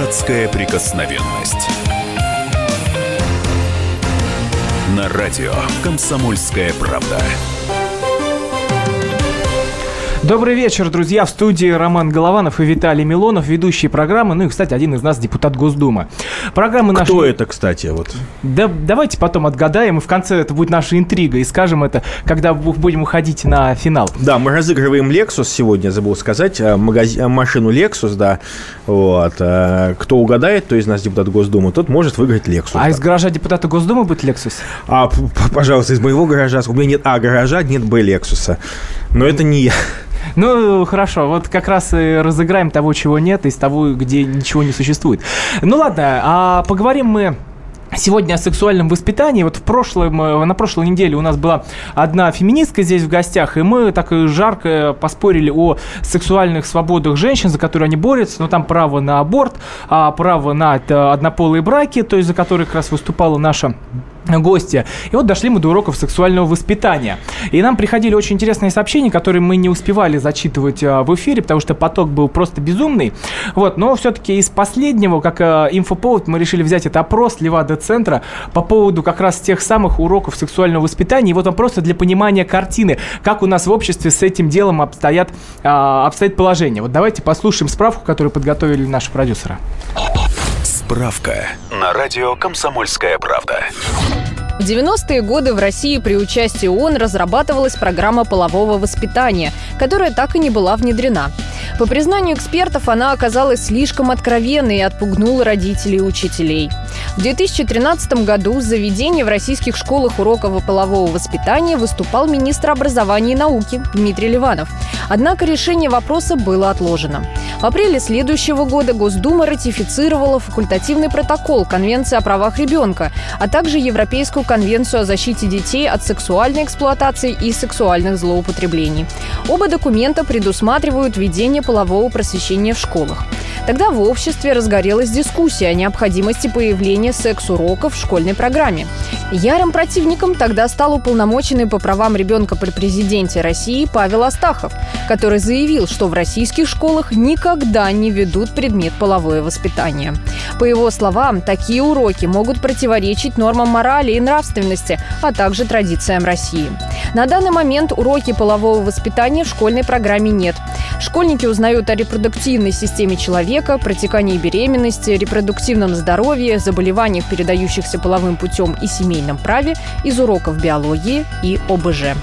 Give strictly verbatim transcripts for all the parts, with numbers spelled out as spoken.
Детская прикосновенность. На радио «Комсомольская правда». Добрый вечер, друзья. В студии Роман Голованов и Виталий Милонов, ведущие программы. Ну и, кстати, один из нас депутат Госдумы. Программы наши... Кто это, кстати? Вот. Да, давайте потом отгадаем, и в конце это будет наша интрига, и скажем это, когда будем уходить на финал. Да, мы разыгрываем Lexus сегодня, забыл сказать, магаз... машину Lexus, да. Вот. Кто угадает, кто из нас депутат Госдумы, тот может выиграть Lexus. А да. Из гаража депутата Госдумы будет Lexus? А, пожалуйста, из моего гаража. У меня нет А гаража, нет Б Lexus. Но это не я. Ну, хорошо, вот как раз и разыграем того, чего нет, из того, где ничего не существует. Ну, ладно, а поговорим мы сегодня о сексуальном воспитании. Вот в прошлом, на прошлой неделе у нас была одна феминистка здесь в гостях, и мы так жарко поспорили о сексуальных свободах женщин, за которые они борются. Ну, там право на аборт, а право на однополые браки, то есть за которые как раз выступала наша гостья. И вот дошли мы до уроков сексуального воспитания. И нам приходили очень интересные сообщения, которые мы не успевали зачитывать а, в эфире, потому что поток был просто безумный. Вот. Но все-таки из последнего, как а, инфоповод, мы решили взять этот опрос Левада-центра по поводу как раз тех самых уроков сексуального воспитания. И вот он просто для понимания картины, как у нас в обществе с этим делом обстоят, а, обстоит положение. Вот давайте послушаем справку, которую подготовили наши продюсеры. Справка на радио «Комсомольская правда». В девяностые годы в России при участии ООН разрабатывалась программа полового воспитания, которая так и не была внедрена. По признанию экспертов, она оказалась слишком откровенной и отпугнула родителей и учителей. В две тысячи тринадцатом году за введение в российских школах уроков полового воспитания выступал министр образования и науки Дмитрий Ливанов. Однако решение вопроса было отложено. В апреле следующего года Госдума ратифицировала факультативный протокол Конвенции о правах ребенка, а также Европейскую конвенцию о защите детей от сексуальной эксплуатации и сексуальных злоупотреблений. Оба документа предусматривают введение полового просвещения в школах. Тогда в обществе разгорелась дискуссия о необходимости появления секс-уроков в школьной программе. Ярым противником тогда стал уполномоченный по правам ребенка при президенте России Павел Астахов, который заявил, что в российских школах никогда не ведут предмет половое воспитание. По его словам, такие уроки могут противоречить нормам морали и нравственности, а также традициям России. На данный момент уроки полового воспитания в школьной программе нет. Школьники узнают о репродуктивной системе человека, протекании беременности, репродуктивном здоровье, заболеваниях, передающихся половым путем, и семейном праве из уроков биологии и О Б Ж.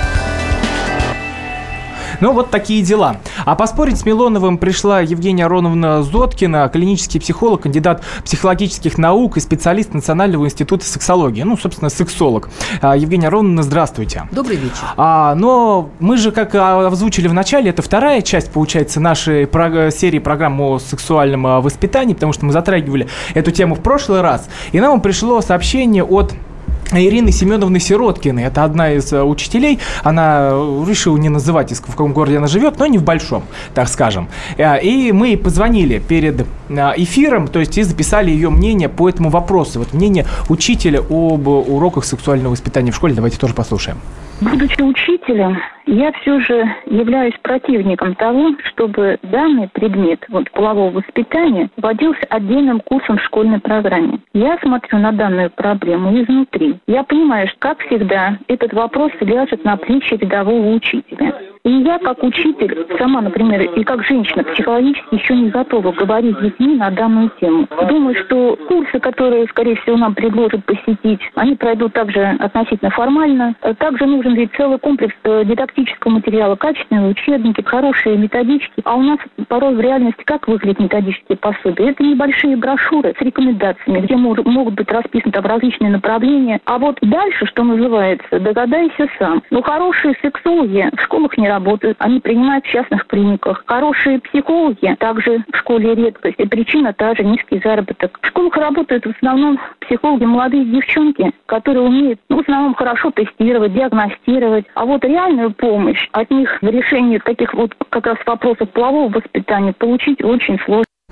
Ну, вот такие дела. А поспорить с Милоновым пришла Евгения Ароновна Зоткина, клинический психолог, кандидат психологических наук и специалист Национального института сексологии. Ну, собственно, сексолог. Евгения Ароновна, здравствуйте. Добрый вечер. А, но мы же, как озвучили в начале, это вторая часть, получается, нашей про- серии программ о сексуальном воспитании, потому что мы затрагивали эту тему в прошлый раз. И нам пришло сообщение от Ирины Семеновны Сироткиной. Это одна из uh, учителей. Она решила не называть, в каком городе она живет, но не в большом, так скажем. Uh, и мы ей позвонили перед uh, эфиром, то есть и записали ее мнение по этому вопросу. Вот мнение учителя об уроках сексуального воспитания в школе. Давайте тоже послушаем. Будучи учителем, я все же являюсь противником того, чтобы данный предмет вот, полового воспитания вводился отдельным курсом в школьной программе. Я смотрю на данную проблему изнутри. Я понимаю, что, как всегда, этот вопрос ляжет на плечи рядового учителя. И я, как учитель, сама, например, и как женщина, психологически еще не готова говорить с детьми на данную тему. Думаю, что курсы, которые, скорее всего, нам предложат посетить, они пройдут также относительно формально. Также нужен ведь целый комплекс дидактического материала, качественные учебники, хорошие методички. А у нас порой в реальности как выглядят методические пособия? Это небольшие брошюры с рекомендациями, где могут быть расписаны там различные направления. А вот дальше, что называется, догадайся сам. Но хорошие сексологи в школах не работают, они принимают в частных клиниках. Хорошие психологи также в школе редкость. И причина та же — низкий заработок. В школах работают в основном психологи, молодые девчонки, которые умеют ну, в основном хорошо тестировать, диагностировать. А вот реальную помощь от них в решении таких вот как раз вопросов полового воспитания получить очень сложно.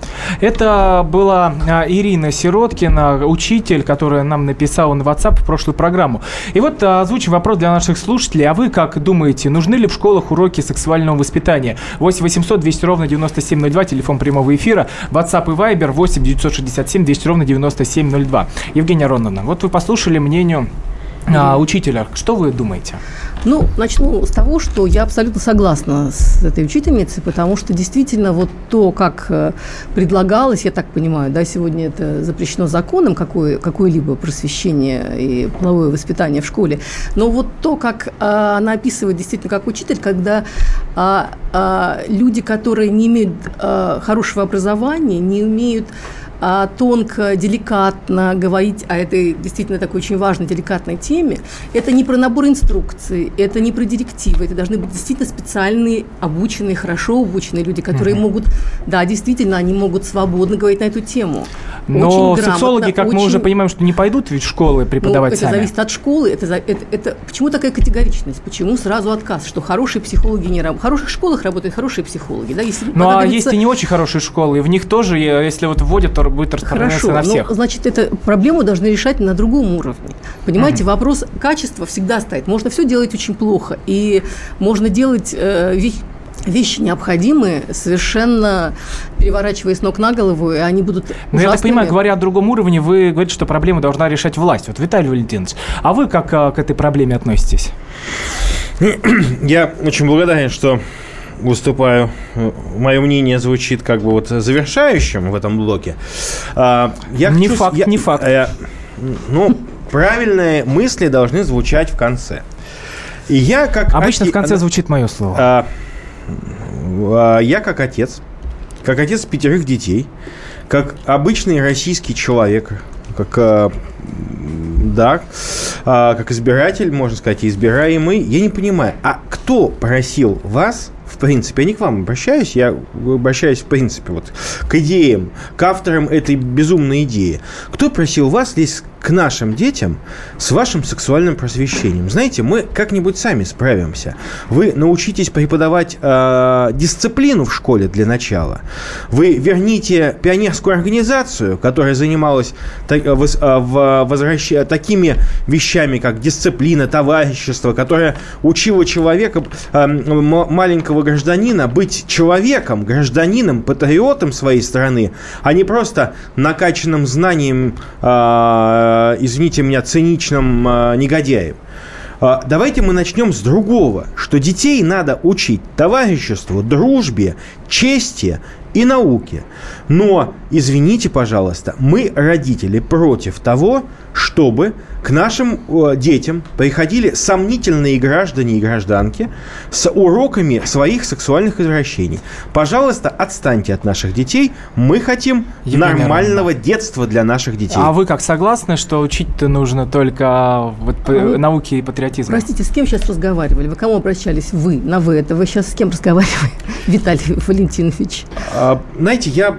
Это была Ирина Сироткина, учитель, которая нам написала на WhatsApp в прошлую программу. И вот озвучим вопрос для наших слушателей. А вы как думаете, нужны ли в школах уроки сексуального воспитания? восемь восемьсот двести ровно девяносто семь ноль два, телефон прямого эфира, WhatsApp и Viber восемь девятьсот шестьдесят семь двести ровно девяносто семь ноль два. Евгения Ароновна, вот вы послушали мнение а, учителя. Что вы думаете? Ну, начну с того, что я абсолютно согласна с этой учительницей, потому что действительно вот то, как предлагалось, я так понимаю, да, сегодня это запрещено законом, какое, какое-либо просвещение и половое воспитание в школе, но вот то, как а, она описывает действительно как учитель, когда а, а, люди, которые не имеют а, хорошего образования, не умеют а, тонко, деликатно говорить о этой действительно такой очень важной, деликатной теме, это не про набор инструкций, это не про директивы, это должны быть действительно специальные, обученные, хорошо обученные люди, которые mm-hmm. могут, да, действительно, они могут свободно говорить на эту тему. Но очень сексологи, как очень... мы уже понимаем, что не пойдут ведь в школы преподавать ну, это сами. зависит от школы. Это, это, это, почему такая категоричность? Почему сразу отказ? Что хорошие психологи не работают? В хороших школах работают хорошие психологи. Да? Если ну, а есть и не очень хорошие школы, и в них тоже, если вот вводят, то будет распространяться на всех. Ну, значит, эту проблему должны решать на другом уровне. Понимаете, mm-hmm. вопрос качества всегда стоит. Можно все делать очень плохо, и можно делать э, вещи, вещи необходимые, совершенно переворачивая с ног на голову, и они будут ужасными. Ну, я так понимаю, говоря о другом уровне, вы говорите, что проблему должна решать власть. Вот, Виталий Валентинович, а вы как а, к этой проблеме относитесь? Я очень благодарен, что выступаю. Мое мнение звучит как бы вот завершающим в этом блоке. Я не хочу, факт, я, не факт. Я, ну, правильные мысли должны звучать в конце. И я как Обычно оте... в конце звучит мое слово. А, а, я как отец, как отец пятерых детей, как обычный российский человек, как, а, да, а, как избиратель, можно сказать, избираемый, я не понимаю, а кто просил вас, в принципе, я не к вам обращаюсь, я обращаюсь, в принципе, вот к идеям, к авторам этой безумной идеи. Кто просил вас лезть к нашим детям с вашим сексуальным просвещением? Знаете, мы как-нибудь сами справимся. Вы научитесь преподавать э, дисциплину в школе для начала. Вы верните пионерскую организацию, которая занималась так, в, в, возвращ... такими вещами, как дисциплина, товарищество, которая учила человека, э, маленького гражданина, быть человеком, гражданином, патриотом своей страны, а не просто накачанным знанием, э, извините меня, циничным э, негодяем. Э, давайте мы начнем с другого, что детей надо учить товариществу, дружбе, чести и науке. Но, извините, пожалуйста, мы, родители, против того, чтобы к нашим э, детям приходили сомнительные граждане и гражданки с уроками своих сексуальных извращений. Пожалуйста, отстаньте от наших детей. Мы хотим Евгения нормального Романовна. детства для наших детей. А вы как согласны, что учить-то нужно только вот, а вы... науке и патриотизму? Простите, с кем сейчас разговаривали? Вы к кому обращались? Вы, на вы. Это вы сейчас с кем разговариваете, Виталий Валентинович? А, знаете, я...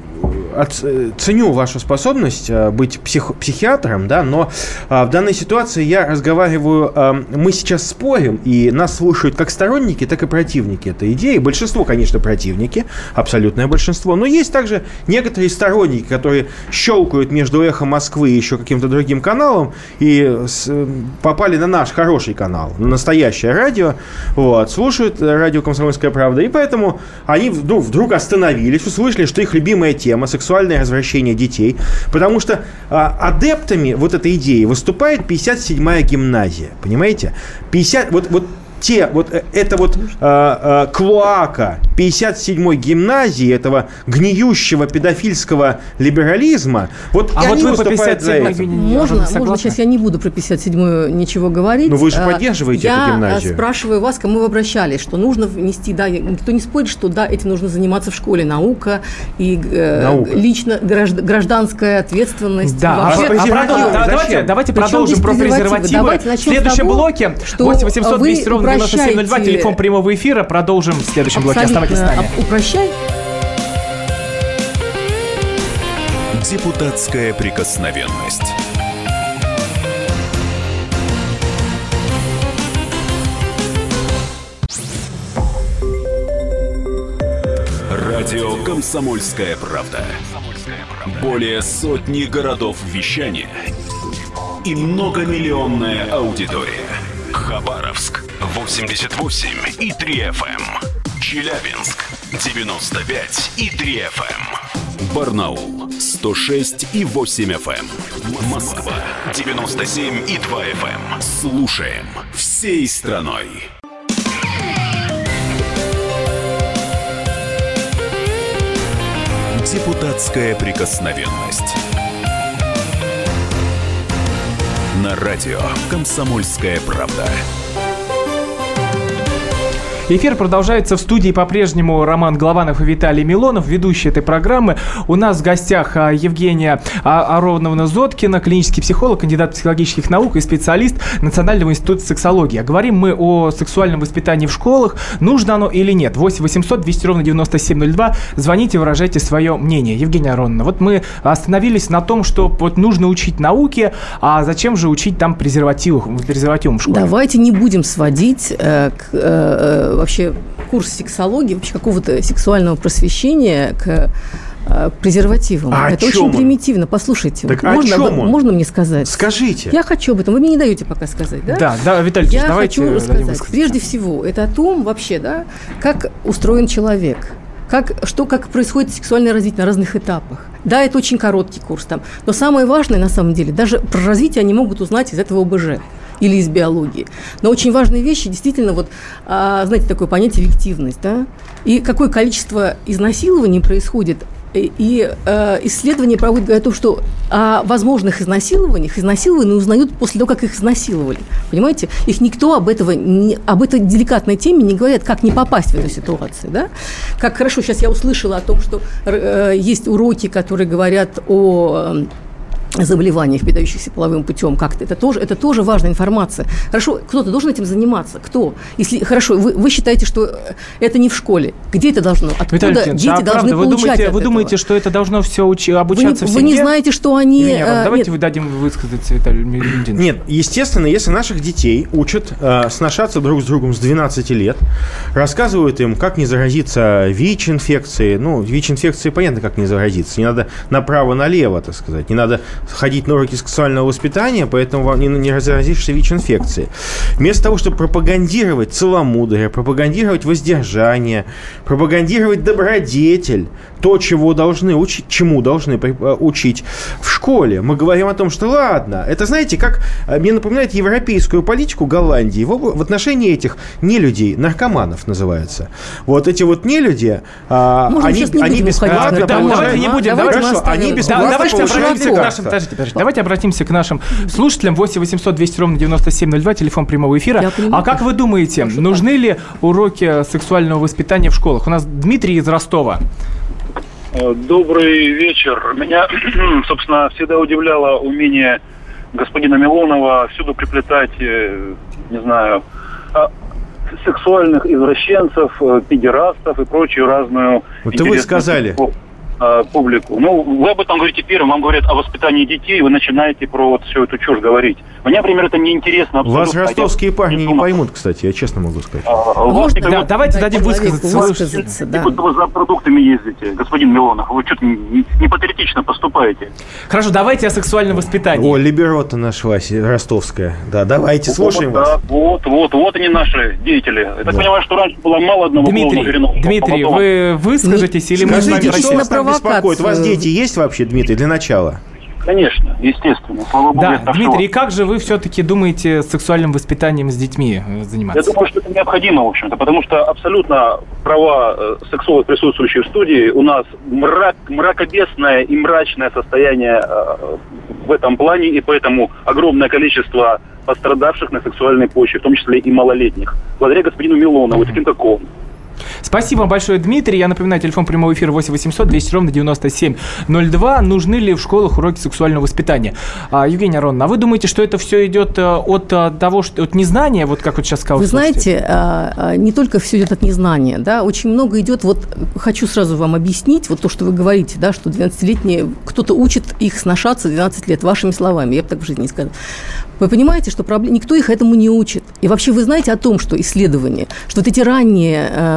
ценю вашу способность быть псих, психиатром, да, но а, в данной ситуации я разговариваю, а, мы сейчас спорим, и нас слушают как сторонники, так и противники этой идеи. Большинство, конечно, противники, абсолютное большинство, но есть также некоторые сторонники, которые щелкают между «Эхо Москвы» и еще каким-то другим каналом и с, попали на наш хороший канал, на настоящее радио, вот, слушают радио «Комсомольская правда», и поэтому они вдруг, вдруг остановились, услышали, что их любимая тема — сексуальное развращение детей, потому что а, адептами вот этой идеи выступает пятьдесят седьмая гимназия, понимаете? пятьдесят, вот, вот те, вот это вот а, а, клоака пятьдесят седьмой гимназии, этого гниющего педофильского либерализма, вот а и вот они вы выступают за это. Можно, можно, сейчас я не буду про пятьдесят седьмую ничего говорить. Но вы же поддерживаете я эту гимназию. Я спрашиваю вас, к кому вы обращались, что нужно внести, да, никто не спорит, что да, этим нужно заниматься в школе, наука и э, наука. лично гражданская ответственность. Да, вообще, а, а, а, давайте, давайте продолжим про презервативы. В следующем блоке восемь восемьсот двести ровно девяносто семь ноль два, телефон прямого эфира. Продолжим в следующем блоке. Оставайтесь с нами. Упрощай. Депутатская прикосновенность. Радио «Комсомольская правда». Более сотни городов вещания и многомиллионная аудитория. Хабаровск восемьдесят восемь и три эф эм. Челябинск девяносто пять и три эф эм. Барнаул сто шесть и восемь эф эм. Москва девяносто семь и два эф эм. Слушаем всей страной. Депутатская прикосновенность. На радио «Комсомольская правда». Эфир продолжается. В студии по-прежнему Роман Голованов и Виталий Милонов, ведущие этой программы. У нас в гостях Евгения Ароновна-Зоткина, клинический психолог, кандидат психологических наук и специалист Национального института сексологии. А говорим мы о сексуальном воспитании в школах. Нужно оно или нет? восемь восемьсот двести ровно девяносто семь ноль два. Звоните, выражайте свое мнение. Евгения Ароновна, вот мы остановились на том, что вот нужно учить науке, а зачем же учить там презервативам, презервативам в школе? Давайте не будем сводить э, к... Э, вообще курс сексологии, вообще какого-то сексуального просвещения к э, презервативам. А это очень он? примитивно. Послушайте, так вот о можно, чем вы, он? можно мне сказать? Скажите. Я хочу об этом. Вы мне не даете пока сказать, да? Да, да, Виталий, Я давайте хочу рассказать. высказаться. Прежде всего, это о том вообще, да, как устроен человек. Как, что, как происходит сексуальное развитие на разных этапах. Да, это очень короткий курс там. Но самое важное, на самом деле, даже про развитие они могут узнать из этого о бэ жэ или из биологии. Но очень важные вещи, действительно, вот, а, знаете, такое понятие эффективность, да, и какое количество изнасилований происходит. И, и э, исследования проводят о том, что о возможных изнасилованиях изнасилованные узнают после того, как их изнасиловали. Понимаете? Их никто об, этого не, об этой деликатной теме не говорит, как не попасть в эту ситуацию. Да? Как хорошо, сейчас я услышала о том, что э, есть уроки, которые говорят о... заболеваниях, передающихся половым путем, как-то. Это тоже, это тоже важная информация. Хорошо, кто-то должен этим заниматься. Кто? Если, хорошо, вы, вы считаете, что это не в школе. Где это должно? Откуда Виталий дети а должны правда, получать вы думаете, от вы этого? думаете, что это должно все учи, обучаться вы не, в вы семье? не знаете, что они... Евгения, а, давайте нет. вы дадим высказаться Виталию Мельдиновичу. Нет, естественно, если наших детей учат э, сношаться друг с другом с двенадцати лет, рассказывают им, как не заразиться ВИЧ-инфекцией. Ну, ВИЧ-инфекцией понятно, как не заразиться. Не надо направо-налево, так сказать. Не надо ходить на уроки сексуального воспитания, поэтому вам не, не заразишься ВИЧ-инфекцией. Вместо того, чтобы пропагандировать целомудрие, пропагандировать воздержание, пропагандировать добродетель, то, чего должны учить, чему должны учить в школе, мы говорим о том, что ладно, это, знаете, как мне напоминает европейскую политику Голландии в, в отношении этих нелюдей, наркоманов называется. Вот эти вот нелюди, Можно они, они бесплатно да, получают... давайте не будем, Хорошо, давайте, они да, бесплатно давайте получают обратимся к нашим, лекарства. подождите, подождите, давайте обратимся к нашим слушателям. восемь восемьсот двести ровно девяносто семь ноль два, телефон прямого эфира. А как вы думаете, нужны ли уроки сексуального воспитания в школах? У нас Дмитрий из Ростова. Добрый вечер. Меня, собственно, всегда удивляло умение господина Милонова всюду приплетать, не знаю, сексуальных извращенцев, педерастов и прочую разную... Вот это вы сказали. Публику. Ну, вы об этом говорите первым, вам говорят о воспитании детей, вы начинаете про вот всю эту чушь говорить. Мне, например, это неинтересно абсолютно. Вас ростовские я парни не не поймут, кстати, я честно могу сказать. А, Можно, вас, да, вот, давайте дадим высказаться. высказаться, да. вот вы за продуктами ездите, господин Милонов, вы что-то не, не патриотично поступаете. Хорошо, давайте о сексуальном воспитании. О, либерото нашлась, ростовская. Да, давайте, слушаем вот, вас. Да, вот, вот, вот они наши деятели. Я так Да. понимаю, что раньше было мало одного Дмитрий, Дмитрий, Дмитрий, вы выскажетесь или мы с вами Скажите, что прощаемся? вас там беспокоит? У вас дети есть вообще, Дмитрий, для начала? Конечно, естественно. Слава Богу, Да, это Дмитрий, всего. и как же вы все-таки думаете сексуальным воспитанием с детьми Я заниматься? думаю, что это необходимо, в общем-то, потому что абсолютно права э, сексологов, присутствующих в студии, у нас мрак, мракобесное и мрачное состояние э, в этом плане, и поэтому огромное количество пострадавших на сексуальной почве, в том числе и малолетних. Благодаря господину Милонову, mm-hmm. таким как он. Спасибо большое, Дмитрий. Я напоминаю, телефон прямого эфира восемь восемьсот двести ровно девяносто семь ноль два. Нужны ли в школах уроки сексуального воспитания? А, Евгения Ароновна, а вы думаете, что это все идет от того, что от незнания, вот как вот сейчас сказал? Вы знаете, не только все идет от незнания, да, очень много идет, вот хочу сразу вам объяснить, вот то, что вы говорите, да, что двенадцатилетние, кто-то учит их сношаться двенадцать лет, вашими словами, я бы так в жизни не сказала. Вы понимаете, что проблем... никто их этому не учит. И вообще вы знаете о том, что исследования, что вот эти ранние э, вступления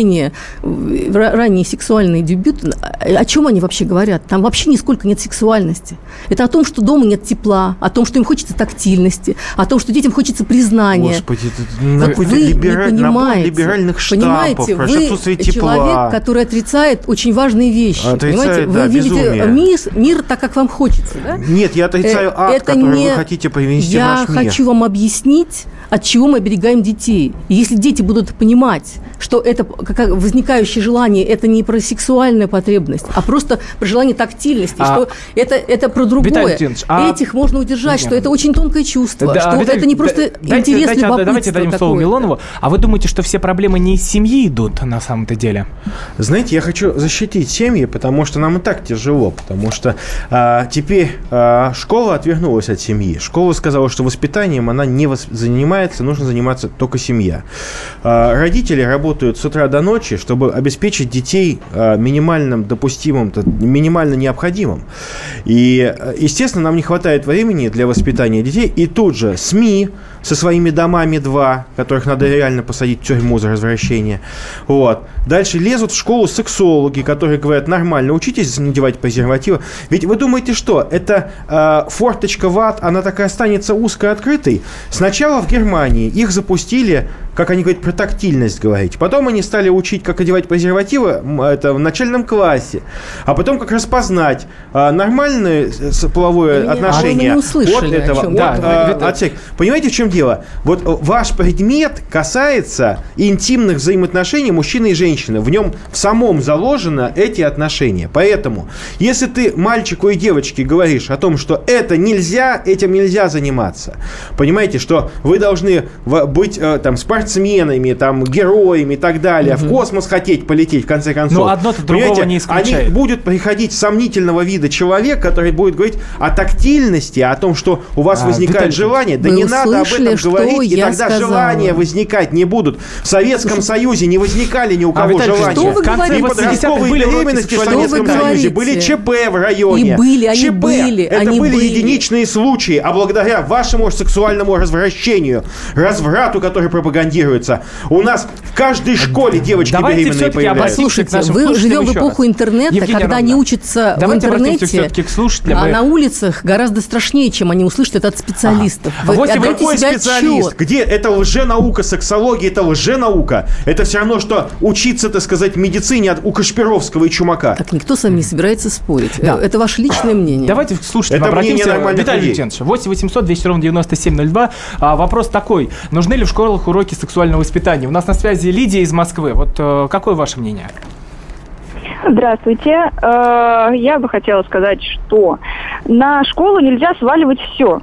вступление в ранний сексуальный дебют, о чем они вообще говорят? Там вообще нисколько нет сексуальности. Это о том, что дома нет тепла, о том, что им хочется тактильности, о том, что детям хочется признания. Господи, это вот вы либера... не понимаете, либеральных штампов, понимаете, вы тепла. Человек, который отрицает очень важные вещи. Отрицает, понимаете? Вы да, видите мир, мир так, как вам хочется. Да? Нет, я отрицаю акт, это который не... вы хотите привнести я в наш мир. Я хочу вам объяснить, от чего мы оберегаем детей. И если дети будут понимать, что это как возникающее желание, это не про сексуальную потребность, а просто про желание тактильности, а... что это, это про другое. А... Этих можно удержать, Нет. что это очень тонкое чувство, да, что Виталий, это не просто да, интерес, дайте, любопытство. Давайте дадим слово Милонову. А вы думаете, что все проблемы не из семьи идут на самом-то деле? Знаете, я хочу защитить семьи, потому что нам и так тяжело, потому что а, теперь а, школа отвернулась от семьи. Школа сказала, что воспитанием она не вос... занимается, нужно заниматься только семья. А, родители работают с утра до ночи, чтобы обеспечить детей а, минимальным допустимым, минимально необходимым. И, естественно, нам не хватает времени для воспитания детей. И тут же СМИ со своими домами два, которых надо реально посадить в тюрьму за развращение. Вот. Дальше лезут в школу сексологи, которые говорят: нормально, учитесь надевать презервативы. Ведь вы думаете, что это э, форточка в ад, она такая останется узкой, открытой? Сначала в Германии их запустили, как они говорят, про тактильность говорить. Потом они стали учить, как одевать презервативы, это в начальном классе. А потом, как распознать э, нормальное половое Меня, отношение от этого. Да, э, отсек. Понимаете, в чем дело? Вот ваш предмет касается интимных взаимоотношений мужчины и женщины. В нем в самом заложено эти отношения. Поэтому, если ты мальчику и девочке говоришь о том, что это нельзя, этим нельзя заниматься, понимаете, что вы должны быть там спортсменами, там, героями и так далее, угу. в космос хотеть полететь, в конце концов. Но одно-то другого не исключает. Они будут приходить сомнительного вида человек, который будет говорить о тактильности, о том, что у вас а, возникает Виталий, желание. Да не надо об этом говорить, и тогда сказала. желания возникать не будут. В Советском Слушай, Союзе не возникали ни у кого а, желания. Что вы говорите? И подростковые беременности в Советском Союзе были ЧП в районе. И были, они ЧП. были. Это они были были. единичные случаи, а благодаря вашему сексуальному развращению, разврату, который пропагандируется, у нас в каждой школе девочки Давайте беременные появляются. Послушайте, мы живем в эпоху интернета, Евгения когда Романовна. Они учатся Давайте в интернете, а на улицах гораздо страшнее, чем они услышат это от специалистов. Ага. Вы какой специалист? Отчет. Где это лженаука, сексология, это лженаука. Это все равно, что учиться, так сказать, медицине у Кашпировского и Чумака. Так никто с вами не собирается спорить. Да. Это ваше личное мнение. Давайте слушайте, обратимся к Виталию Лютеновичу. восемь восемьсот двести ровно девяносто семь ноль два. А, вопрос такой. Нужны ли в школах уроки сексуального воспитания? У нас на связи Лидия из Москвы. Вот а, какое ваше мнение? Здравствуйте. Я бы хотела сказать, что на школу нельзя сваливать все.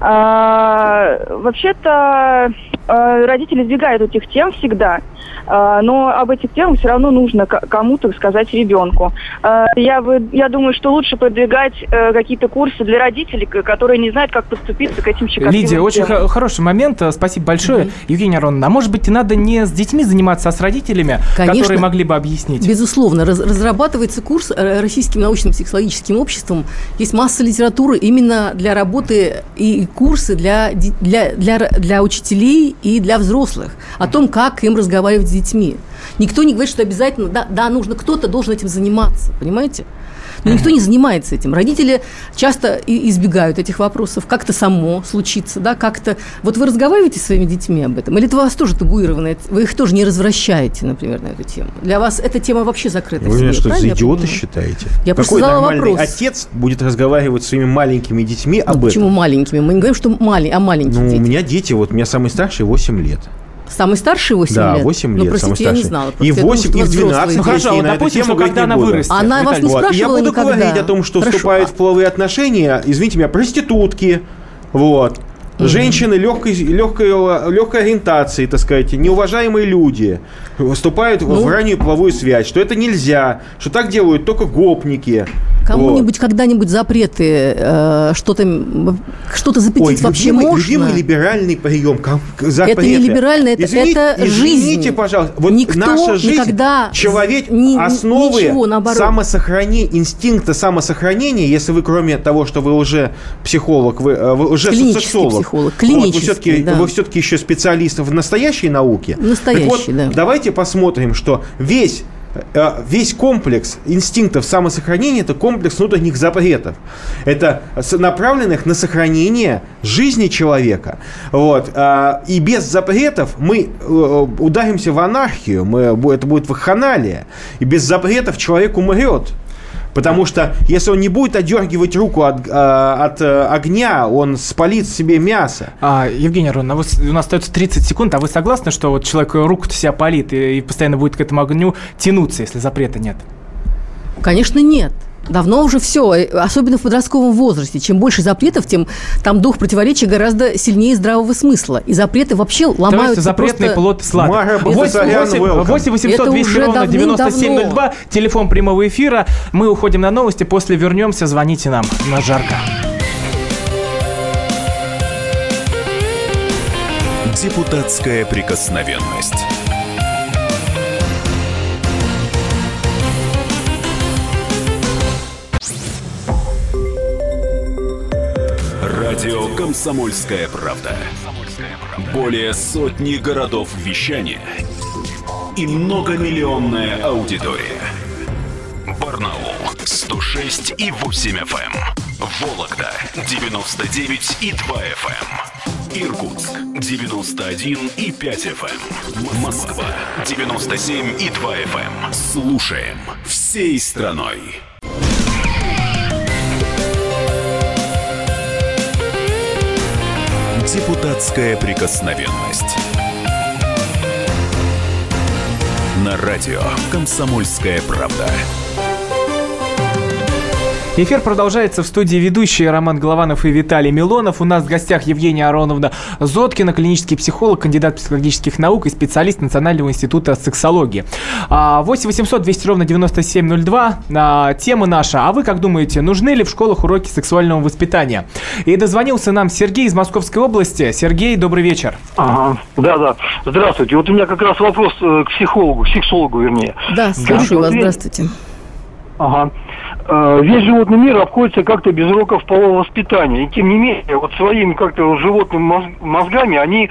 Вообще-то родители избегают этих тем всегда, но об этих темах все равно нужно кому-то сказать ребенку. Я, я думаю, что лучше продвигать какие-то курсы для родителей, которые не знают, как подступиться к этим щекотливым Лидия, темам. очень х- хороший момент, спасибо большое. Mm-hmm. Евгения Ароновна, а может быть, надо не с детьми заниматься, а с родителями, Конечно, которые могли бы объяснить? Безусловно. Раз- разрабатывается курс Российским научным сексологическим обществом. Есть масса литературы именно для работы и курсы для, для, для, для учителей и для взрослых о том, как им разговаривать с детьми. Никто не говорит, что обязательно, да, да, нужно, кто-то должен этим заниматься, понимаете? Но никто не занимается этим. Родители часто и избегают этих вопросов. Как-то само случится, да, как-то... Вот вы разговариваете со своими детьми об этом? Или это у вас тоже табуировано? Вы их тоже не развращаете, например, на эту тему? Для вас эта тема вообще закрыта. Вы меня что, за идиоты считаете? Я Какой нормальный вопрос. отец будет разговаривать с своими маленькими детьми об ну, этом? Почему маленькими? Мы не говорим, что мали, а маленькие ну, дети. У меня дети, вот у меня самый старший восемь лет. Самый старший восемь да, лет? Да, восемь лет, ну, простите, самый старший. Я не знала. И восемь, и в двенадцать. Ну, хорошо, вот допустим, что когда она вырастет. Она вас не вот. спрашивала Я буду никогда. говорить о том, что Хорошо. вступают в половые отношения, извините меня, проститутки, вот. Mm-hmm. Женщины легкой, легкой, легкой ориентации, так сказать, неуважаемые люди вступают ну, в раннюю половую связь, что это нельзя, что так делают только гопники. Кому-нибудь вот. Когда-нибудь запреты, э, что-то, что-то запретить Ой, вообще любимый, можно? Любимый либеральный прием. Запреты. Это не либеральный, это, извините, это жизнь. Извините, пожалуйста. Вот Никто наша жизнь, никогда человек, ни, основы ничего, самосохранения, инстинкта самосохранения, если вы, кроме того, что вы уже психолог, вы, вы уже клинический социолог, психолог, клинический, вот, вы все-таки, да. вы все-таки еще специалист в настоящей науке. Настоящий, вот, да. Давайте посмотрим, что весь Весь комплекс инстинктов самосохранения – это комплекс внутренних запретов. Это направленных на сохранение жизни человека. Вот. И без запретов мы ударимся в анархию, мы, это будет вакханалия. И без запретов человек умрет. Потому что если он не будет отдергивать руку от, от огня, он спалит себе мясо. А, Евгения Ароновна, у нас остается тридцать секунд, а вы согласны, что вот человек руку-то себя палит и, и постоянно будет к этому огню тянуться, если запрета нет? Конечно, нет. Давно уже все, особенно в подростковом возрасте. Чем больше запретов, тем там дух противоречия гораздо сильнее здравого смысла. И запреты вообще ломаются. Запретный просто... плод сладок. восемь восемьсот двести ровно девяносто семь ноль два, телефон прямого эфира. Мы уходим на новости, после вернемся, звоните нам. На жарко. Депутатская прикосновенность. Радио «Комсомольская правда». Более сотни городов вещания и многомиллионная аудитория. Барнаул сто шесть и восемь эф эм, Вологда девяносто девять и два эф эм, Иркутск девяносто один и пять эф эм, Москва девяносто семь и два эф эм. Слушаем всей страной. Депутатская прикосновенность. На радио «Комсомольская правда». Эфир продолжается, в студии ведущие Роман Голованов и Виталий Милонов. У нас в гостях Евгения Ароновна Зоткина, клинический психолог, кандидат психологических наук и специалист Национального института сексологии. восемь восемьсот двести ровно девяносто семь ноль два. Тема наша. А вы как думаете, нужны ли в школах уроки сексуального воспитания? И дозвонился нам Сергей из Московской области. Сергей, добрый вечер. Ага, да-да. Здравствуйте. Вот у меня как раз вопрос к психологу, к сексологу, вернее. Да, слушаю вас. Здравствуйте. Ага. Весь животный мир обходится как-то без уроков полового воспитания. И тем не менее, вот своими как-то животными мозгами они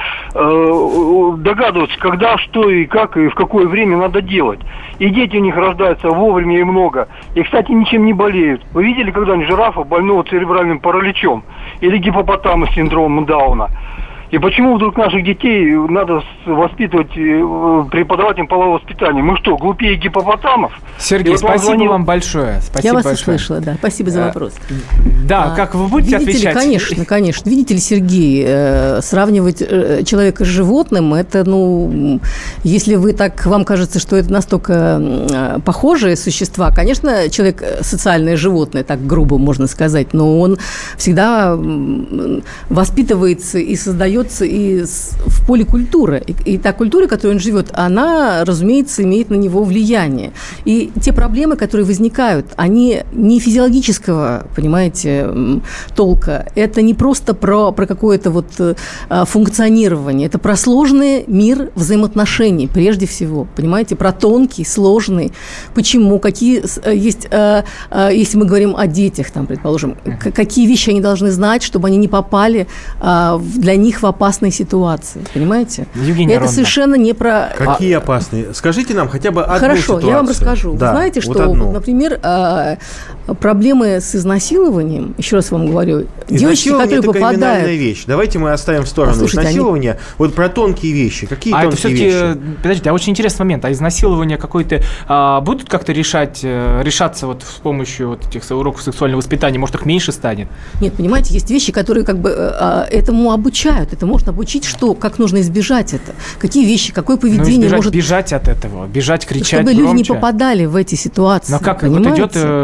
э, догадываются, когда, что и как, и в какое время надо делать. И дети у них рождаются вовремя и много. И, кстати, ничем не болеют. Вы видели когда-нибудь жирафа, больного церебральным параличом? Или гипопотама с синдромом Дауна? И почему вдруг наших детей надо воспитывать, преподавать им половое воспитание? Мы что, глупее гипопотамов? Сергей, вот спасибо звонил... вам большое. Спасибо Я вас большое. услышала, да. Спасибо за вопрос. Да, а, как вы будете видите отвечать? Ли, конечно, конечно. Видите ли, Сергей, э, сравнивать э, человека с животным, это, ну, если вы так, вам кажется, что это настолько э, похожие существа, конечно, человек социальное животное, так грубо можно сказать, но он всегда э, воспитывается и создает и в поле культуры. И, и та культура, в которой он живет, она, разумеется, имеет на него влияние. И те проблемы, которые возникают, они не физиологического, понимаете, толка. Это не просто про, про какое-то вот а, функционирование. Это про сложный мир взаимоотношений, прежде всего. Понимаете, про тонкий, сложный. Почему? Какие есть, а, а, если мы говорим о детях, там, предположим, к- какие вещи они должны знать, чтобы они не попали а, для них в опасной ситуации, понимаете? Евгения Это Ароновна. совершенно не про... Какие опасные? Скажите нам хотя бы одну Хорошо, ситуацию. я вам расскажу. Да, Вы знаете, вот что, одну. например, проблемы с изнасилованием, еще раз вам говорю, девочки, которые это попадают... криминальная вещь. Давайте мы оставим в сторону Послушайте, изнасилования. Они... Вот про тонкие вещи. Какие а тонкие это все-таки, вещи? подождите, а очень интересный момент. А изнасилование какое-то а, будут как-то решать, решаться вот с помощью вот этих уроков сексуального воспитания? Может, их меньше станет? Нет, понимаете, есть вещи, которые как бы а, этому обучают. Это можно обучить, что, как нужно избежать это. Какие вещи, какое поведение ну, избежать, может... бежать от этого, бежать, кричать чтобы громче. люди не попадали в эти ситуации. Но как понимаете? вот идет э, девочка